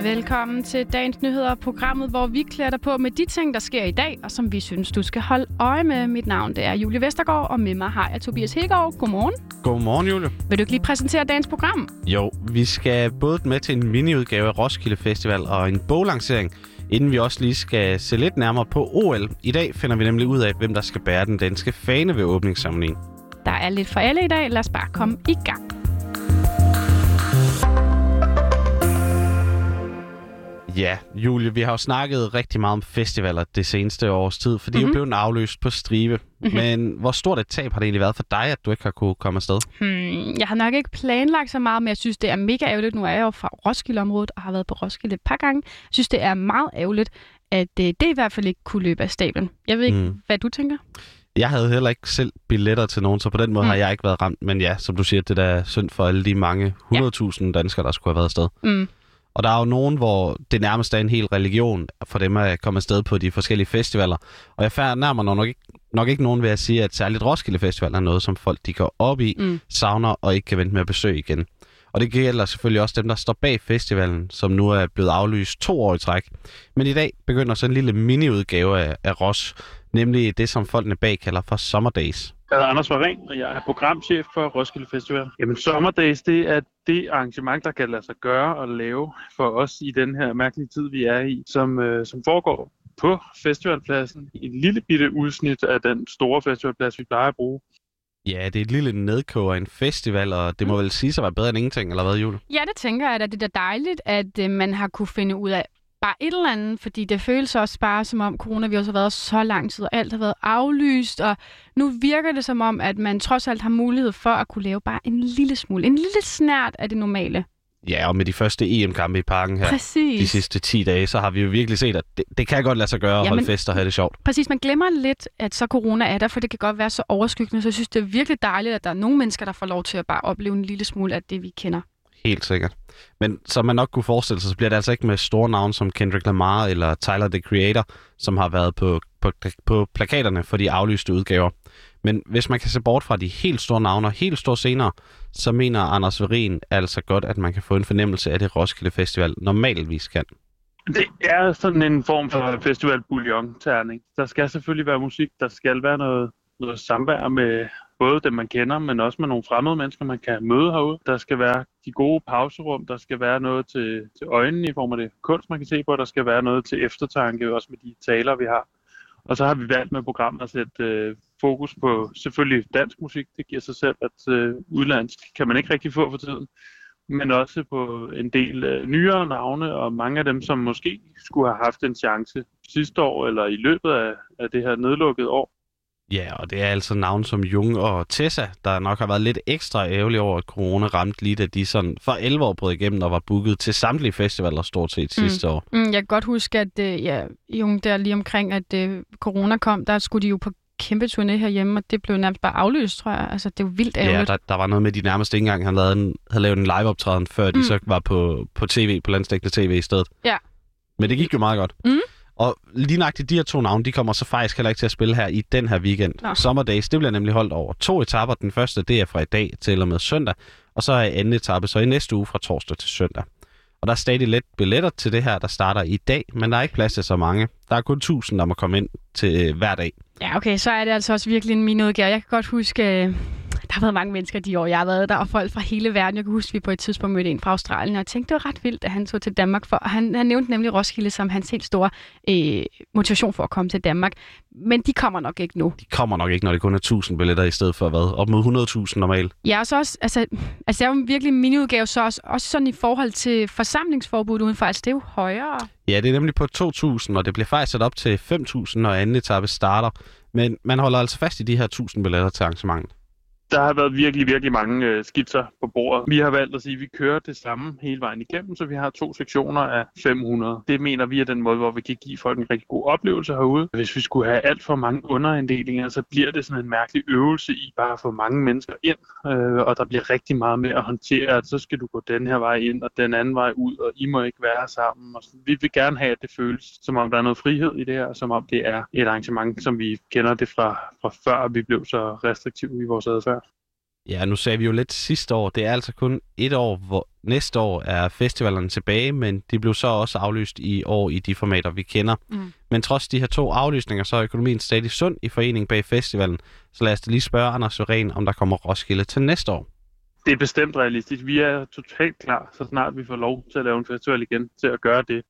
Velkommen til dagens nyheder, programmet, hvor vi klæder dig på med de ting, der sker i dag, og som vi synes, du skal holde øje med. Mit navn det er Julie Vestergaard, og med mig har jeg Tobias Hegaard. Godmorgen. Godmorgen, Julie. Vil du ikke lige præsentere dagens program? Jo, vi skal både med til en miniudgave af Roskilde Festival og en boglancering, inden vi også lige skal se lidt nærmere på OL. I dag finder vi nemlig ud af, hvem der skal bære den danske fane ved åbningsceremonien. Der er lidt for alle i dag. Lad os bare komme i gang. Ja, Julie, vi har jo snakket rigtig meget om festivaler det seneste års tid, for de er jo blevet afløst på stribe. Men hvor stort et tab har det egentlig været for dig, at du ikke har kunne komme afsted? Jeg har nok ikke planlagt så meget, men jeg synes, det er mega ærgerligt. Nu er jeg jo fra Roskilde-området og har været på Roskilde et par gange. Jeg synes, det er meget ærgerligt, at det i hvert fald ikke kunne løbe af stablen. Jeg ved ikke, hvad du tænker? Jeg havde heller ikke selv billetter til nogen, så på den måde har jeg ikke været ramt. Men ja, som du siger, det er synd for alle de mange 100.000 danskere, der skulle have været afsted. Og der er jo nogen, hvor det nærmest er en hel religion for dem at komme afsted på de forskellige festivaler. Og jeg nærmer nok ikke nogen ved at sige, at særligt Roskilde Festival er noget, som folk de går op i, savner og ikke kan vente med at besøge igen. Og det gælder selvfølgelig også dem, der står bag festivalen, som nu er blevet aflyst 2 år i træk. Men i dag begynder så en lille miniudgave af Ros, nemlig det, som folkene bag kalder for Summer Days. Jeg hedder Anders Warren, og jeg er programchef for Roskilde Festival. Jamen, Summer Days, det er det arrangement, der kan lade sig gøre og lave for os i den her mærkelige tid, vi er i, som foregår på festivalpladsen. En lille bitte udsnit af den store festivalplads, vi plejer at bruge. Ja, det er et lille nedkoger af en festival, og det må vel sige sig være bedre end ingenting, eller hvad, Julie? Ja, det tænker jeg, at det er dejligt, at man har kunne finde ud af bare et eller andet, fordi det føles også bare som om coronavirus har været så lang tid, og alt har været aflyst, og nu virker det som om, at man trods alt har mulighed for at kunne lave bare en lille smule, en lille snært af det normale. Ja, og med de første EM-kampe i parken her de sidste 10 dage, så har vi jo virkelig set, at det kan godt lade sig gøre at holde fest og have det sjovt. Præcis, man glemmer lidt, at så corona er der, for det kan godt være så overskyggende, så jeg synes, det er virkelig dejligt, at der er nogle mennesker, der får lov til at bare opleve en lille smule af det, vi kender. Helt sikkert. Men som man nok kunne forestille sig, så bliver det altså ikke med store navne som Kendrick Lamar eller Tyler, the Creator, som har været på plakaterne for de aflyste udgaver. Men hvis man kan se bort fra de helt store navne og helt store scener, så mener Anders Warren altså godt, at man kan få en fornemmelse af det Roskilde Festival normalvis kan. Det er sådan en form for festival-bouillon-terning. Der skal selvfølgelig være musik, der skal være noget samvær med både dem, man kender, men også med nogle fremmede mennesker, man kan møde herude. Der skal være de gode pauserum, der skal være noget til øjnene i form af det kunst, man kan se på, der skal være noget til eftertanke, også med de taler, vi har. Og så har vi valgt med programmet at sætte fokus på selvfølgelig dansk musik. Det giver sig selv, at udlandsk kan man ikke rigtig få for tiden. Men også på en del nyere navne, og mange af dem, som måske skulle have haft en chance sidste år, eller i løbet af det her nedlukkede år. Ja, og det er altså navne som Jung og Tessa, der nok har været lidt ekstra ærgerlige over, at corona ramte lige, da de sådan for 11 år brød igennem og var booket til samtlige festivaler stort set sidste år. Jeg kan godt huske, at Jung der lige omkring, at corona kom, der skulle de jo på kæmpe turné herhjemme, og det blev nærmest bare aflyst, tror jeg. Altså, det er jo vildt ærgerligt. Ja, der var noget med, de nærmest ikke engang havde lavet en live-optræden, før de så var på tv, på landsdækkende tv i stedet. Ja. Men det gik jo meget godt. Og lige nøjagtigt de her 2 navne, de kommer så faktisk heller ikke til at spille her i den her weekend. Summer Days, det bliver nemlig holdt over 2 etaper. Den første, det er fra i dag til og med søndag. Og så er anden etape så i næste uge fra torsdag til søndag. Og der er stadig let billetter til det her, der starter i dag, men der er ikke plads til så mange. Der er kun 1000, der må komme ind til hver dag. Ja, okay, så er det altså også virkelig en miniudgave. Jeg kan godt huske, der har været mange mennesker de år, jeg har været der, og folk fra hele verden. Jeg kan huske, at vi på et tidspunkt mødte en fra Australien, og jeg tænkte, det var ret vildt, at han tog til Danmark for. Og han nævnte nemlig Roskilde som hans helt store motivation for at komme til Danmark. Men de kommer nok ikke nu. De kommer nok ikke, når det kun er 1000 billetter i stedet for hvad? Op mod 100.000 normalt. Ja, og så også, altså det er jo virkelig en miniudgave, så også sådan i forhold til forsamlingsforbuddet udenfor. Altså, det er jo højere. Ja, det er nemlig på 2.000, og det bliver faktisk sat op til 5.000, når anden etape starter. Men man holder altså fast i de her 1000 billetter til arrangementet. Der har været virkelig, virkelig mange skitser på bordet. Vi har valgt at sige, at vi kører det samme hele vejen igennem, så vi har 2 sektioner af 500. Det mener vi er den måde, hvor vi kan give folk en rigtig god oplevelse herude. Hvis vi skulle have alt for mange underinddelinger, så bliver det sådan en mærkelig øvelse i bare at få mange mennesker ind. Og der bliver rigtig meget med at håndtere, at så skal du gå den her vej ind og den anden vej ud, og I må ikke være sammen. Og vi vil gerne have, at det føles, som om der er noget frihed i det her, som om det er et arrangement, som vi kender det fra før vi blev så restriktive i vores adfærd. Ja, nu sagde vi jo lidt sidste år. Det er altså kun et år, hvor næste år er festivalerne tilbage, men de blev så også aflyst i år i de formater, vi kender. Men trods de her 2 aflysninger, så er økonomien stadig sund i foreningen bag festivalen. Så lad os lige spørge Anders Søren, om der kommer Roskilde til næste år. Det er bestemt realistisk. Vi er totalt klar, så snart vi får lov til at lave en festival igen, til at gøre det.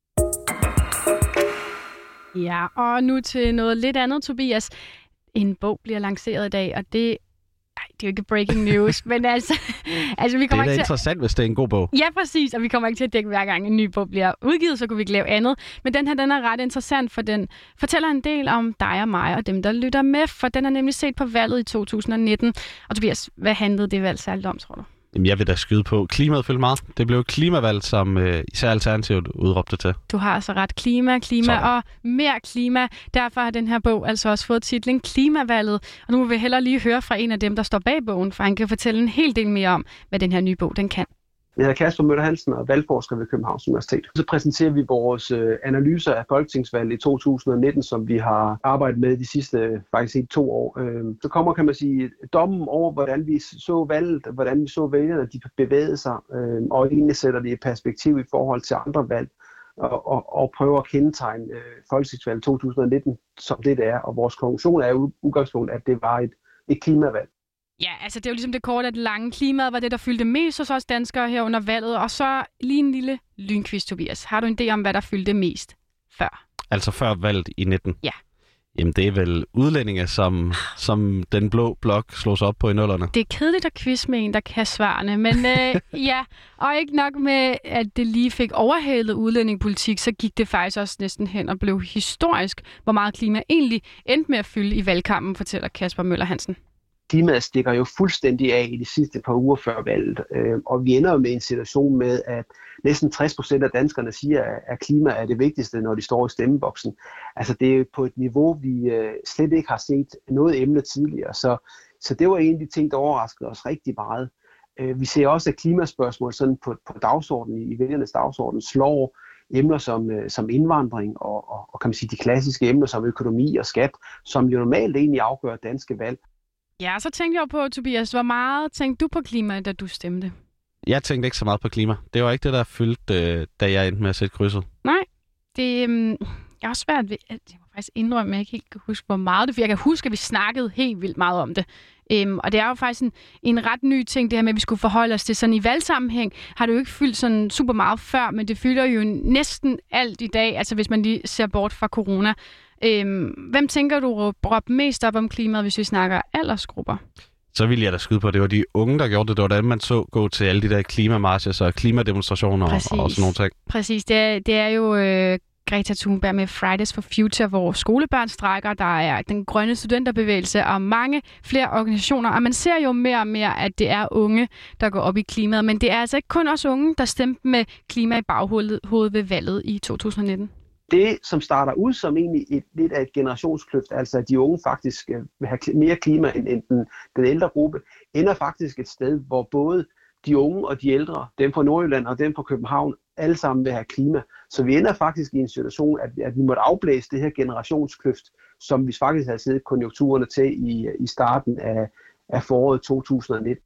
Ja, og nu til noget lidt andet, Tobias. En bog bliver lanceret i dag, og det er jo ikke breaking news, men altså vi kommer det er da ikke interessant, hvis det er en god bog. Ja, præcis, og vi kommer ikke til at dække hver gang en ny bog bliver udgivet, så kunne vi ikke lave andet. Men den her, den er ret interessant, for den fortæller en del om dig og mig og dem, der lytter med, for den er nemlig set på valget i 2019. Og Tobias, hvad handlede det valg særligt om, tror du? Jamen, jeg vil da skyde på. Klimaet følger meget. Det blev klimavalg, som især Alternativet udråbte til. Du har altså ret. Klima og mere klima. Derfor har den her bog altså også fået titlen Klimavalget. Og nu vil vi hellere lige høre fra en af dem, der står bag bogen, for han kan fortælle en hel del mere om, hvad den her nye bog den kan. Jeg hedder Kasper Møller Hansen og er valgforsker ved Københavns Universitet. Så præsenterer vi vores analyser af folketingsvalget i 2019, som vi har arbejdet med de sidste faktisk 2 år. Så kommer, kan man sige, dommen over, hvordan vi så valget, hvordan vi så vælgerne, de bevægede sig, og egentlig sætter det i perspektiv i forhold til andre valg, og prøver at kendetegne folketingsvalget 2019 som det er. Og vores konklusion er jo udgangspunkt, at det var et klimavalg. Ja, altså det er jo ligesom det korte og det lange. Klimaet var det, der fyldte mest hos os danskere her under valget. Og så lige en lille lynquiz, Tobias. Har du en idé om, hvad der fyldte mest før? Altså før valget i 19? Ja. Jamen det er vel udlændinge, som den blå blok slog sig op på i 00'erne. Det er kedeligt at quiz med en, der kan svarene. Men ja, og ikke nok med, at det lige fik overhalet udlændingepolitik, så gik det faktisk også næsten hen og blev historisk, hvor meget klima egentlig endte med at fylde i valgkampen, fortæller Kasper Møller Hansen. Klimaet stikker jo fuldstændig af i de sidste par uger før valget, og vi ender jo med en situation med, at næsten 60% af danskerne siger, at klima er det vigtigste, når de står i stemmeboksen. Altså det er jo på et niveau, vi slet ikke har set noget emne tidligere, så det var en af de ting, der overraskede os rigtig meget. Vi ser også, at klimaspørgsmål sådan på dagsordenen, i vælgernes dagsorden, slår emner som indvandring og kan man sige, de klassiske emner som økonomi og skat, som jo normalt egentlig afgør danske valg. Ja, så tænkte jeg på, Tobias, hvor meget tænkte du på klima, da du stemte? Jeg tænkte ikke så meget på klima. Det var ikke det, der fyldte, da jeg endte med at sætte krydset. Nej, det jeg har svært ved, jeg må faktisk indrømme, at jeg ikke helt kan huske, hvor meget det. For jeg kan huske, at vi snakkede helt vildt meget om det. Og det er jo faktisk en ret ny ting, det her med, at vi skulle forholde os til. Sådan i valgsammenhæng har det jo ikke fyldt sådan super meget før, men det fylder jo næsten alt i dag, altså hvis man lige ser bort fra corona. Hvem tænker du råber mest op om klimaet, hvis vi snakker aldersgrupper? Så vil jeg da skyde på, at det var de unge, der gjorde det. Det var dem, man så gå til alle de der klimamarches og klimademonstrationer og sådan nogle ting. Præcis. Det er jo Greta Thunberg med Fridays for Future, hvor skolebørn strejker. Der er den grønne studenterbevægelse og mange flere organisationer. Og man ser jo mere og mere, at det er unge, der går op i klimaet. Men det er altså ikke kun os unge, der stemte med klima i baghovedet ved valget i 2019. Det, som starter ud som egentlig lidt af et generationskløft, altså at de unge faktisk vil have mere klima end den ældre gruppe, ender faktisk et sted, hvor både de unge og de ældre, dem fra Nordjylland og dem fra København, alle sammen vil have klima. Så vi ender faktisk i en situation, at vi måtte afblæse det her generationskløft, som vi faktisk havde siddet konjunkturerne til i starten af foråret 2019.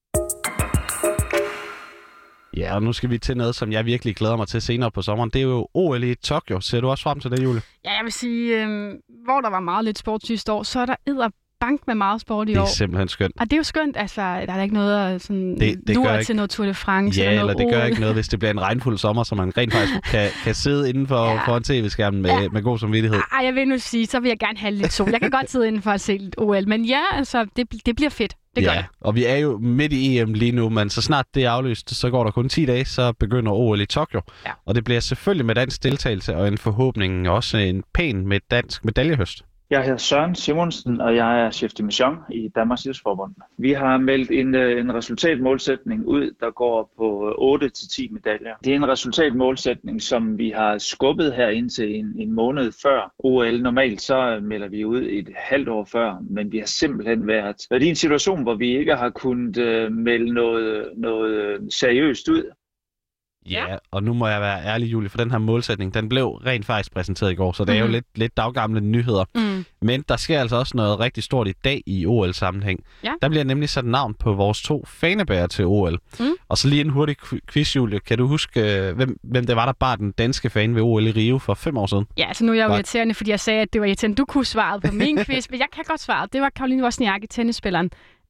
Ja, og nu skal vi til noget, som jeg virkelig glæder mig til senere på sommeren. Det er jo OL i Tokyo. Ser du også frem til det, Julie? Ja, jeg vil sige, hvor der var meget lidt sport sidste år, så er der bank med meget sport i år. Det er simpelthen skønt. Og det er jo skønt, altså, der er ikke noget sådan det gør til noget Tour de France ja, eller noget det gør ikke noget, hvis det bliver en regnfuld sommer, så man rent faktisk kan sidde inden for en tv-skærm med god samvittighed. Ej, jeg vil nu sige, så vil jeg gerne have lidt sol. Jeg kan godt sidde inden for at se lidt OL, men ja, altså, det bliver fedt. Det gør det. Og vi er jo midt i EM lige nu, men så snart det er aflyst, så går der kun 10 dage, så begynder OL i Tokyo. Ja. Og det bliver selvfølgelig med dansk deltagelse og en forhåbning også en pæn med dansk medaljehøst. Jeg hedder Søren Simonsen, og jeg er chef de mission i Danmarks Idrætsforbund. Vi har meldt en resultatmålsætning ud, der går på 8-10 medaljer. Det er en resultatmålsætning, som vi har skubbet her indtil en måned før OL. Normalt så melder vi ud et halvt år før, men vi har simpelthen været i en situation, hvor vi ikke har kunnet melde noget seriøst ud. Ja, og nu må jeg være ærlig, Julie, for den her målsætning, den blev rent faktisk præsenteret i går, så det er jo lidt daggamle nyheder. Men der sker altså også noget rigtig stort i dag i OL-sammenhæng. Ja. Der bliver nemlig sat navn på vores 2 fanebærer til OL. Og så lige en hurtig quiz, Julie. Kan du huske, hvem det var, der bar den danske fan ved OL i Rio for 5 år siden? Ja, altså nu er jeg jo irriterende, fordi jeg sagde, at det var irriterende. Du kunne svare på min quiz, men jeg kan godt svare. Det var Caroline Wozniacki, tennisspilleren.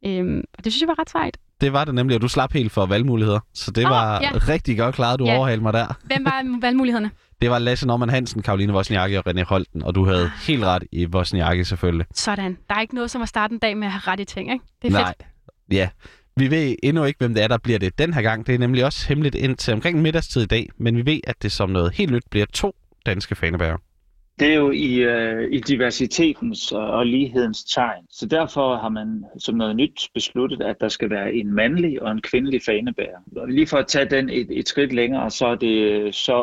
Og det synes jeg var ret sejt. Det var det nemlig, og du slap helt for valgmuligheder. Så det var rigtig godt klaret, du overhalede mig der. Hvem var valgmulighederne? Det var Lasse Norman Hansen, Caroline Wozniacki og René Holten, og du havde helt ret i Wozniacki selvfølgelig. Sådan. Der er ikke noget som at starte en dag med at have ret i ting, ikke? Det er fedt. Ja. Vi ved endnu ikke, hvem det er, der bliver det den her gang. Det er nemlig også hemmeligt indtil omkring middagstid i dag, men vi ved, at det som noget helt nyt bliver 2 danske fanebærere. Det er jo i diversitetens og lighedens tegn. Så derfor har man som noget nyt besluttet, at der skal være en mandlig og en kvindelig fanebærer. Og lige for at tage den et skridt længere, så er det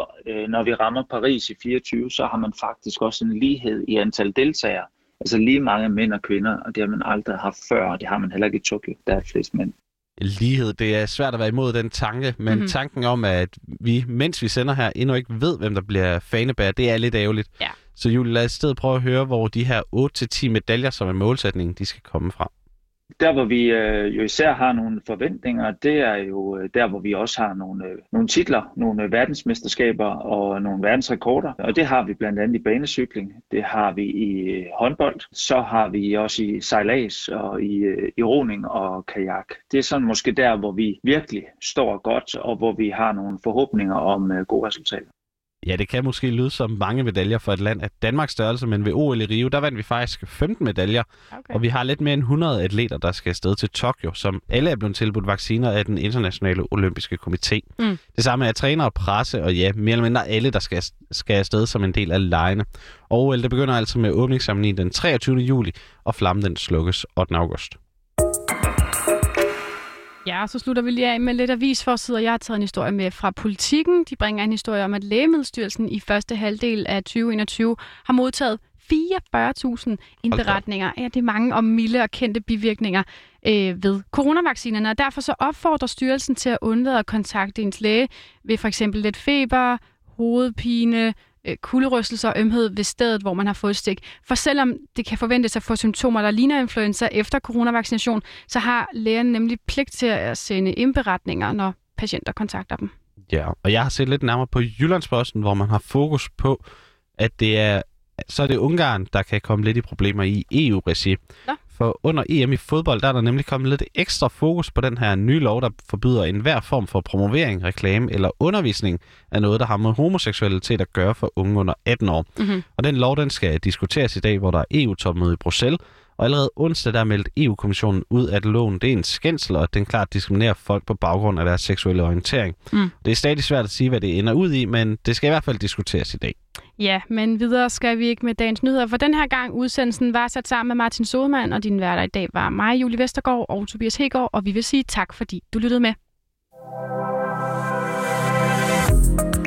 når vi rammer Paris i 24, så har man faktisk også en lighed i antal deltagere. Altså lige mange mænd og kvinder, og det har man aldrig haft før, og det har man heller ikke i Tokyo. Der er flest mænd. Lighed, det er svært at være imod den tanke, men tanken om, at vi, mens vi sender her, endnu ikke ved, hvem der bliver fanebærer, det er lidt ærgerligt. Ja. Så Julie, lad os i stedet prøve at høre, hvor de her 8-10 medaljer, som er målsætningen, de skal komme fra. Der, hvor vi jo især har nogle forventninger, det er jo der, hvor vi også har nogle titler, nogle verdensmesterskaber og nogle verdensrekorder. Og det har vi blandt andet i banecykling, det har vi i håndbold, så har vi også i sejlads og i roning og kajak. Det er sådan måske der, hvor vi virkelig står godt, og hvor vi har nogle forhåbninger om gode resultater. Ja, det kan måske lyde som mange medaljer for et land af Danmarks størrelse, men ved OL i Rio, der vandt vi faktisk 15 medaljer, og vi har lidt mere end 100 atleter, der skal afsted til Tokyo, som alle er blevet tilbudt vacciner af den internationale olympiske komité. Det samme er trænere og presse, og ja, mere eller mindre alle, der skal afsted som en del af legene. Og OL, det begynder altså med åbningsceremonien den 23. juli, og flammen den slukkes 8. august. Ja, så slutter vi lige af med lidt avisforsider. Jeg har taget en historie med fra Politikken. De bringer en historie om, at Lægemiddelstyrelsen i første halvdel af 2021 har modtaget 44.000 indberetninger. Ja, det er mange om milde og kendte bivirkninger ved coronavaccinerne. Og derfor så opfordrer styrelsen til at undlade at kontakte ens læge ved for eksempel lidt feber, hovedpine, kulderystelser og ømhed ved stedet, hvor man har fået stik. For selvom det kan forventes at få symptomer, der ligner influenza efter coronavaccination, så har lægen nemlig pligt til at sende indberetninger, når patienter kontakter dem. Ja, og jeg har set lidt nærmere på Jyllandsposten, hvor man har fokus på, at det er Ungarn, der kan komme lidt i problemer i EU-regi. Ja. For under EM i fodbold, der er der nemlig kommet lidt ekstra fokus på den her nye lov, der forbyder enhver form for promovering, reklame eller undervisning af noget, der har med homoseksualitet at gøre for unge under 18 år. Og den lov, den skal diskuteres i dag, hvor der er EU-topmøde i Bruxelles. Og allerede onsdag, der meldte EU-kommissionen ud, at loven det er en skændsel, og at den klart diskriminerer folk på baggrund af deres seksuelle orientering. Det er stadig svært at sige, hvad det ender ud i, men det skal i hvert fald diskuteres i dag. Ja, men videre skal vi ikke med dagens nyheder, for den her gang udsendelsen var sat sammen med Martin Sodemann, og din værter i dag var mig, Julie Vestergaard og Tobias Hegård, og vi vil sige tak, fordi du lyttede med.